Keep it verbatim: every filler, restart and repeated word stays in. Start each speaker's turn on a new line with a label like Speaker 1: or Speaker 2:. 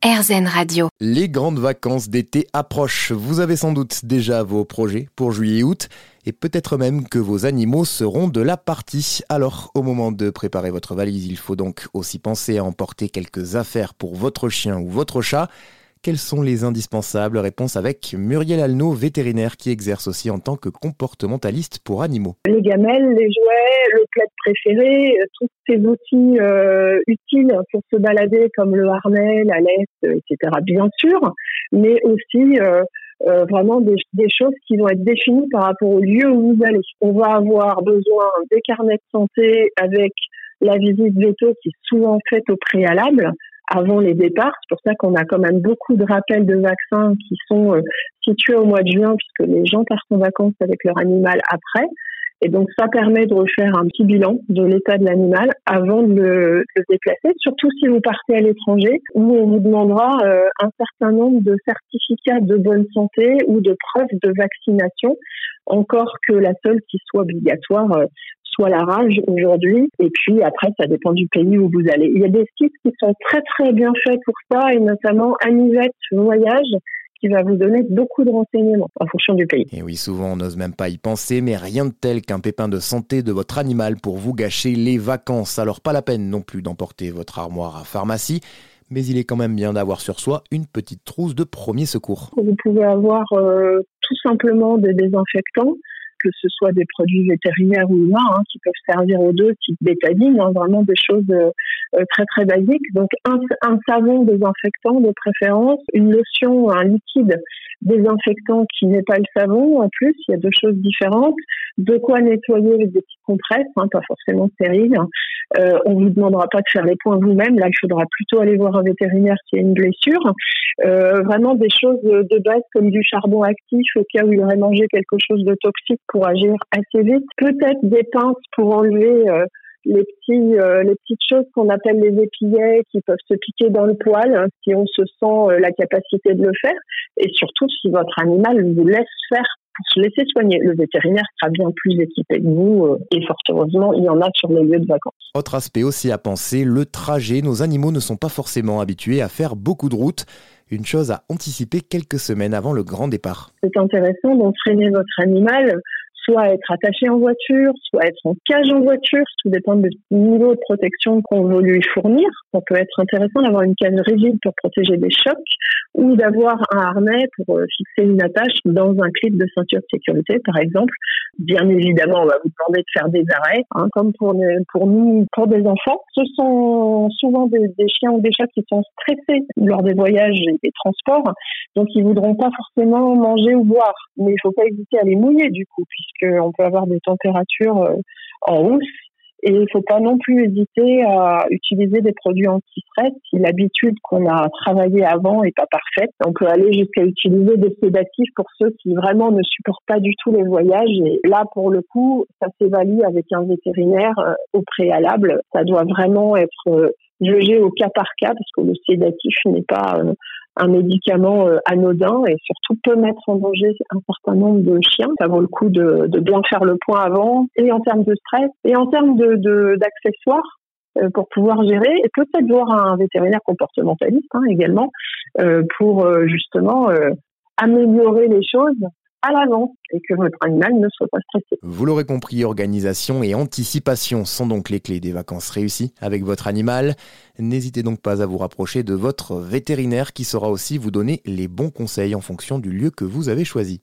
Speaker 1: AirZen Radio.
Speaker 2: Les grandes vacances d'été approchent. Vous avez sans doute déjà vos projets pour juillet et août et peut-être même que vos animaux seront de la partie. Alors, au moment de préparer votre valise, il faut donc aussi penser à emporter quelques affaires pour votre chien ou votre chat. Quels sont les indispensables? Réponse avec Muriel Alnaud, vétérinaire qui exerce aussi en tant que comportementaliste pour animaux.
Speaker 3: Les gamelles, les jouets, le plaid préféré, tous ces outils euh, utiles pour se balader comme le harnais, la laisse, et cetera. Bien sûr, mais aussi euh, euh, vraiment des, des choses qui vont être définies par rapport au lieu où vous allez. On va avoir besoin des carnets de santé avec la visite véto qui est souvent faite au préalable, avant les départs. C'est pour ça qu'on a quand même beaucoup de rappels de vaccins qui sont euh, situés au mois de juin, puisque les gens partent en vacances avec leur animal après. Et donc, ça permet de refaire un petit bilan de l'état de l'animal avant de le, de le déplacer, surtout si vous partez à l'étranger, où on vous demandera euh, un certain nombre de certificats de bonne santé ou de preuves de vaccination, encore que la seule qui soit obligatoire euh, soit la rage aujourd'hui, et puis après ça dépend du pays où vous allez. Il y a des sites qui sont très très bien faits pour ça, et notamment Anivette Voyage, qui va vous donner beaucoup de renseignements en fonction du pays.
Speaker 2: Et oui, souvent on n'ose même pas y penser, mais rien de tel qu'un pépin de santé de votre animal pour vous gâcher les vacances. Alors pas la peine non plus d'emporter votre armoire à pharmacie, mais il est quand même bien d'avoir sur soi une petite trousse de premier secours.
Speaker 3: Vous pouvez avoir euh, tout simplement des désinfectants, que ce soit des produits vétérinaires ou humains, hein, qui peuvent servir aux deux, type bétadine, hein, vraiment des choses euh, très très basiques. Donc un, un savon désinfectant de préférence, une lotion, un liquide désinfectant qui n'est pas le savon. En plus, il y a deux choses différentes. De quoi nettoyer avec des petites compresses, hein, pas forcément stériles. Euh, on vous demandera pas de faire les points vous-même. Là, il faudra plutôt aller voir un vétérinaire s'il y a une blessure. Euh, vraiment des choses de base comme du charbon actif au cas où il aurait mangé quelque chose de toxique pour agir assez vite. Peut-être des pinces pour enlever euh, les petits, euh, les petites choses qu'on appelle les épillets qui peuvent se piquer dans le poil, hein, si on se sent euh, la capacité de le faire. Et surtout, si votre animal vous laisse faire pour se laisser soigner. Le vétérinaire sera bien plus équipé que vous, euh, et fort heureusement, il y en a sur les lieux de vacances.
Speaker 2: Autre aspect aussi à penser, le trajet. Nos animaux ne sont pas forcément habitués à faire beaucoup de routes. Une chose à anticiper quelques semaines avant le grand départ.
Speaker 3: C'est intéressant d'entraîner votre animal, soit être attaché en voiture, soit être en cage en voiture, tout dépend du niveau de protection qu'on veut lui fournir. Ça peut être intéressant d'avoir une cage rigide pour protéger des chocs ou d'avoir un harnais pour fixer une attache dans un clip de ceinture de sécurité, par exemple. Bien évidemment, on va vous demander de faire des arrêts, hein, comme pour, les, pour nous, pour des enfants. Ce sont souvent des, des chiens ou des chats qui sont stressés lors des voyages et des transports, donc ils voudront pas forcément manger ou boire. Mais il faut pas hésiter à les mouiller du coup, puisqu'on peut avoir des températures euh, en hausse. Et il ne faut pas non plus hésiter à utiliser des produits anti-stress si l'habitude qu'on a travaillée avant n'est pas parfaite. On peut aller jusqu'à utiliser des sédatifs pour ceux qui vraiment ne supportent pas du tout les voyages. Et là, pour le coup, ça s'évalue avec un vétérinaire euh, au préalable. Ça doit vraiment être euh, jugé au cas par cas parce que le sédatif n'est pas euh, un médicament euh, anodin et surtout peut mettre en danger un certain nombre de chiens. Ça vaut le coup de, de bien faire le point avant, et en termes de stress, et en termes de, de, d'accessoires euh, pour pouvoir gérer, et peut-être voir un vétérinaire comportementaliste hein, également, euh, pour euh, justement euh, améliorer les choses à l'avance et que votre animal ne soit pas stressé.
Speaker 2: Vous l'aurez compris, organisation et anticipation sont donc les clés des vacances réussies avec votre animal. N'hésitez donc pas à vous rapprocher de votre vétérinaire qui saura aussi vous donner les bons conseils en fonction du lieu que vous avez choisi.